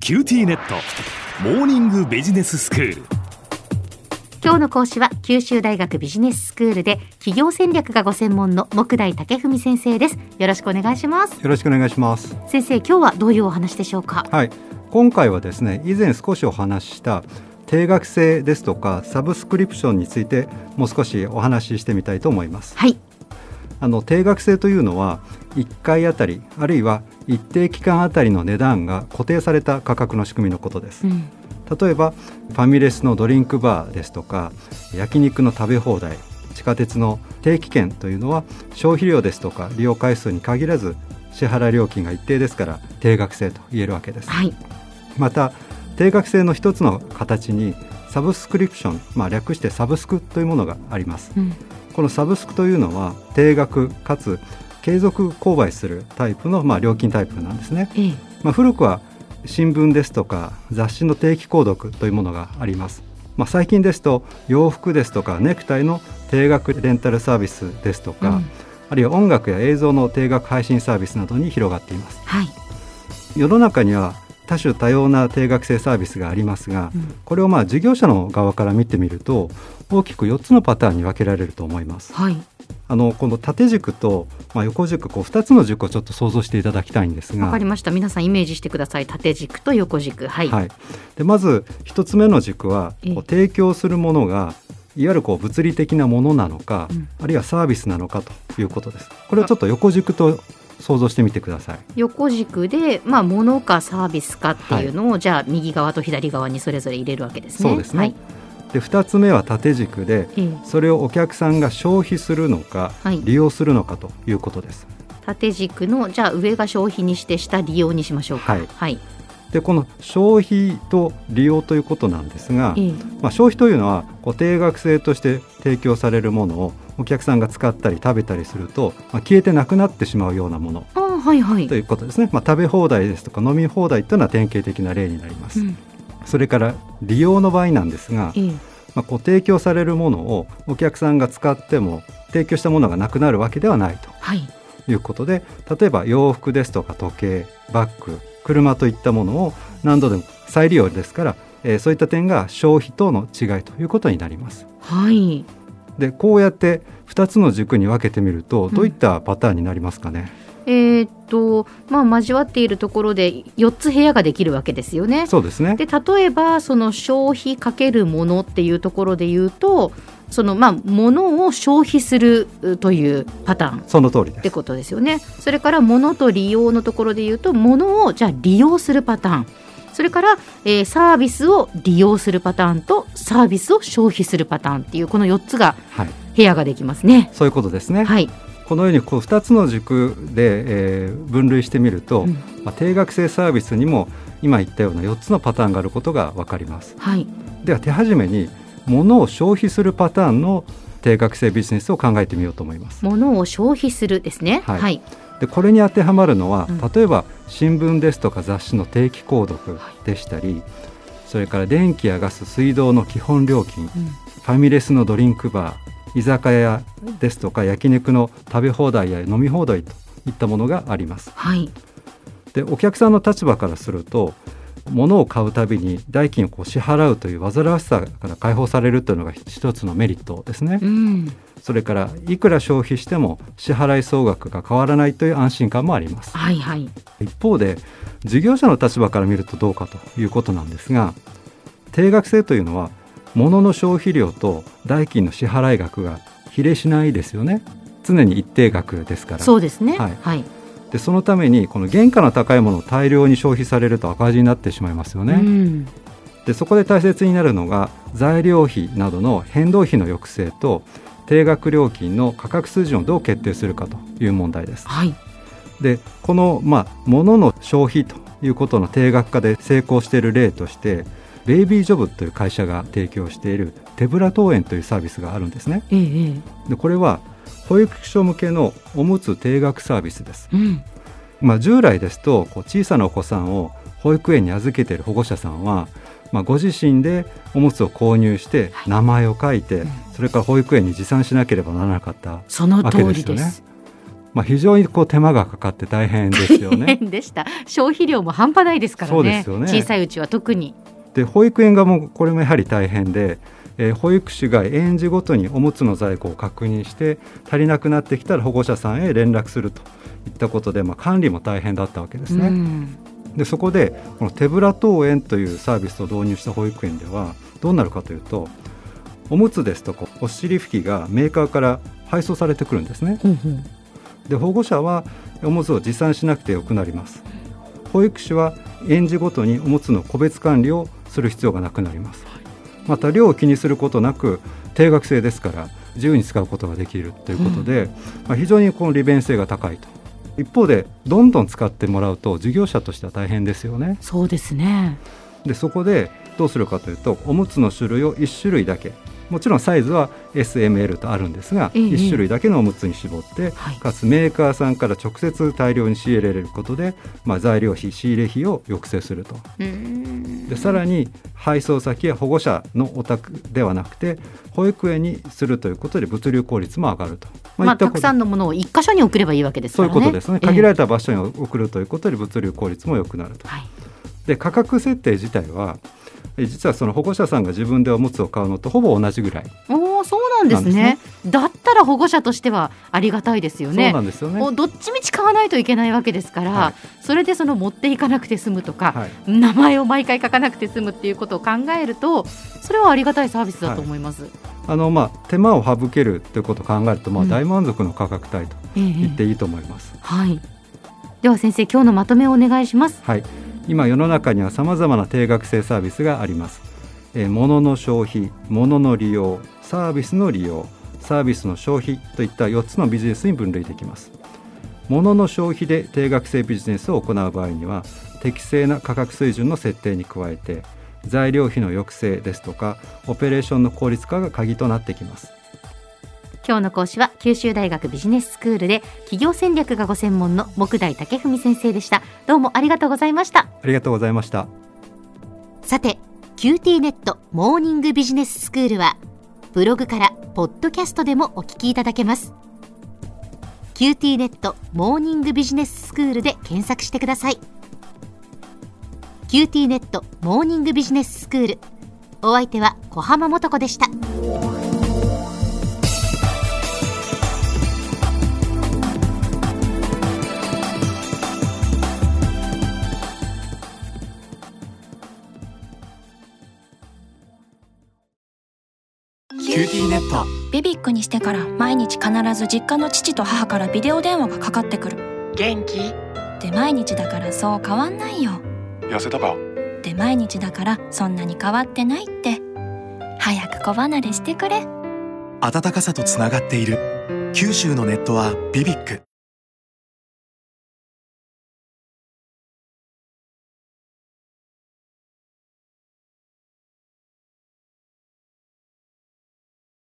キューティーネットモーニングビジネススクール。 今日の講師は九州大学ビジネススクールで企業戦略がご専門の杢代武文先生です。よろしくお願いします。 よろしくお願いします。 先生、今日はどういうお話でしょうか？ はい、今回はですね、以前少しお話しした定額制ですとかサブスクリプションについてもう少しお話ししてみたいと思います。 はい。 定額制というのは1回あたりあるいは一定期間あたりの値段が固定された価格の仕組みのことです。例えばファミレスのドリンクバーですとか焼肉の食べ放題、地下鉄の定期券というのは消費量ですとか利用回数に限らず支払い料金が一定ですから定額制と言えるわけです。 はい。 また定額制の一つの形にサブスクリプション、略してサブスクというものがあります。このサブスクというのは定額かつ継続購買するタイプの、料金タイプなんですね。古くは新聞ですとか雑誌の定期購読というものがあります。最近ですと洋服ですとかネクタイの定額レンタルサービスですとか、あるいは音楽や映像の定額配信サービスなどに広がっています。 はい。 世の中には多種多様な定額制サービスがありますが、これを事業者の側から見てみると大きく4つのパターンに分けられると思います。 はい。 この縦軸と、横軸2つの軸をちょっと想像していただきたいんですが。 わかりました。皆さんイメージしてください。縦軸と横軸。はい。 でまず1つ目の軸は提供するものがいわゆる物理的なものなのか、あるいはサービスなのかということです。これをちょっと横軸と想像してみてください。 横軸で、物かサービスかっていうのを、じゃあ右側と左側にそれぞれ入れるわけですね。 そうですね。で2つ目は縦軸で、それをお客さんが消費するのか、利用するのかということです。 縦軸のじゃあ上が消費にして下利用にしましょうか。 でこの消費と利用ということなんですが、消費というのは定額制として提供されるものをお客さんが使ったり食べたりすると、消えてなくなってしまうようなものということですね。食べ放題ですとか飲み放題というのは典型的な例になります。それから利用の場合なんですが、提供されるものをお客さんが使っても提供したものがなくなるわけではないということで、例えば洋服ですとか時計、バッグ、車といったものを何度でも再利用ですから、そういった点が消費との違いということになります。でこうやって2つの軸に分けてみるとどういったパターンになりますかね。 交わっているところで4つ部屋ができるわけですよね。 そうですね。 で例えばその消費かけるものっていうところで言うと、その物を消費するというパターン、 その通りですってことですよね。それから物と利用のところで言うと、物をじゃあ利用するパターン、それから、サービスを利用するパターンとサービスを消費するパターンっていうこの4つが部屋ができますね。 そういうことですね。このように2つの軸で、分類してみると、定額制サービスにも今言ったような4つのパターンがあることが分かります。では手始めに物を消費するパターンの定額制ビジネスを考えてみようと思います。 物を消費するですね。 でこれに当てはまるのは、例えば新聞ですとか雑誌の定期購読でしたり、それから電気やガス、水道の基本料金、ファミレスのドリンクバー、居酒屋ですとか焼肉の食べ放題や飲み放題といったものがあります。でお客さんの立場からすると、物を買うたびに代金を支払うという煩わしさから解放されるというのが一つのメリットですね。それからいくら消費しても支払い総額が変わらないという安心感もあります。一方で事業者の立場から見るとどうかということなんですが、定額制というのは物の消費量と代金の支払い額が比例しないですよね。常に一定額ですから。 そうですね。 でそのためにこの原価の高いものを大量に消費されると赤字になってしまいますよね。でそこで大切になるのが材料費などの変動費の抑制と定額料金の価格水準をどう決定するかという問題です。でこの、物の消費ということの定額化で成功している例として、ベイビージョブという会社が提供している手ぶら登園というサービスがあるんですね。でこれは保育所向けのおむつ定額サービスです。従来ですと小さなお子さんを保育園に預けている保護者さんは、ご自身でおむつを購入して名前を書いて、それから保育園に持参しなければならなかったわけですよね。 非常に手間がかかって大変ですよね。 大変でした。消費量も半端ないですからそうですよね。 小さいうちは特に。 で保育園側もこれもやはり大変で、保育士が園児ごとにおむつの在庫を確認して足りなくなってきたら保護者さんへ連絡するといったことで、管理も大変だったわけですね。でそこでこの手ぶら登園というサービスを導入した保育園ではどうなるかというと、おむつですとかお尻拭きがメーカーから配送されてくるんですね。で保護者はおむつを持参しなくてよくなります。保育士は園児ごとにおむつの個別管理をする必要がなくなります。また量を気にすることなく定額制ですから自由に使うことができるということで、非常にこの利便性が高いと。一方でどんどん使ってもらうと事業者としては大変ですよね。 そうですね。 でそこでどうするかというと、おむつの種類を1種類だけ、もちろんサイズは S、M、L とあるんですが、1種類だけのおむつに絞って、かつメーカーさんから直接大量に仕入れられることで、材料費仕入れ費を抑制すると。でさらに配送先や保護者のお宅ではなくて保育園にするということで物流効率も上がると。 たくさんのものを一箇所に送ればいいわけですからね。 そういうことですね。限られた場所に送るということで物流効率も良くなると。で価格設定自体は実はその保護者さんが自分でおむつを買うのとほぼ同じぐらい。 そうなんですね。だったら保護者としてはありがたいですよね。 そうなんですよね。 どっちみち買わないといけないわけですから、それで持っていかなくて済むとか、名前を毎回書かなくて済むっていうことを考えると、それはありがたいサービスだと思います。 手間を省けるということを考えると、大満足の価格帯と言っていいと思います。 では先生、今日のまとめをお願いします。 今世の中にはさまざまな定額制サービスがあります。物の消費、物の利用、サービスの利用、サービスの消費といった4つのビジネスに分類できます。物の消費で定額制ビジネスを行う場合には、適正な価格水準の設定に加えて材料費の抑制ですとかオペレーションの効率化が鍵となってきます。 今日の講師は九州大学ビジネススクールで企業戦略がご専門の杢代武文先生でした。どうもありがとうございました。 ありがとうございました。 さて、QT ネットモーニングビジネススクールはブログからポッドキャストでもお聞きいただけます。QT ネットモーニングビジネススクールで検索してください。QT ネットモーニングビジネススクール、お相手は小浜もとこでした。 QT ネットビビックにしてから毎日必ず実家の父と母からビデオ電話がかかってくる。 元気で毎日だからそう変わんないよ。 痩せたかで毎日だからそんなに変わってないって。早く子離れしてくれ。 温かさとつながっている九州のネットはビビック。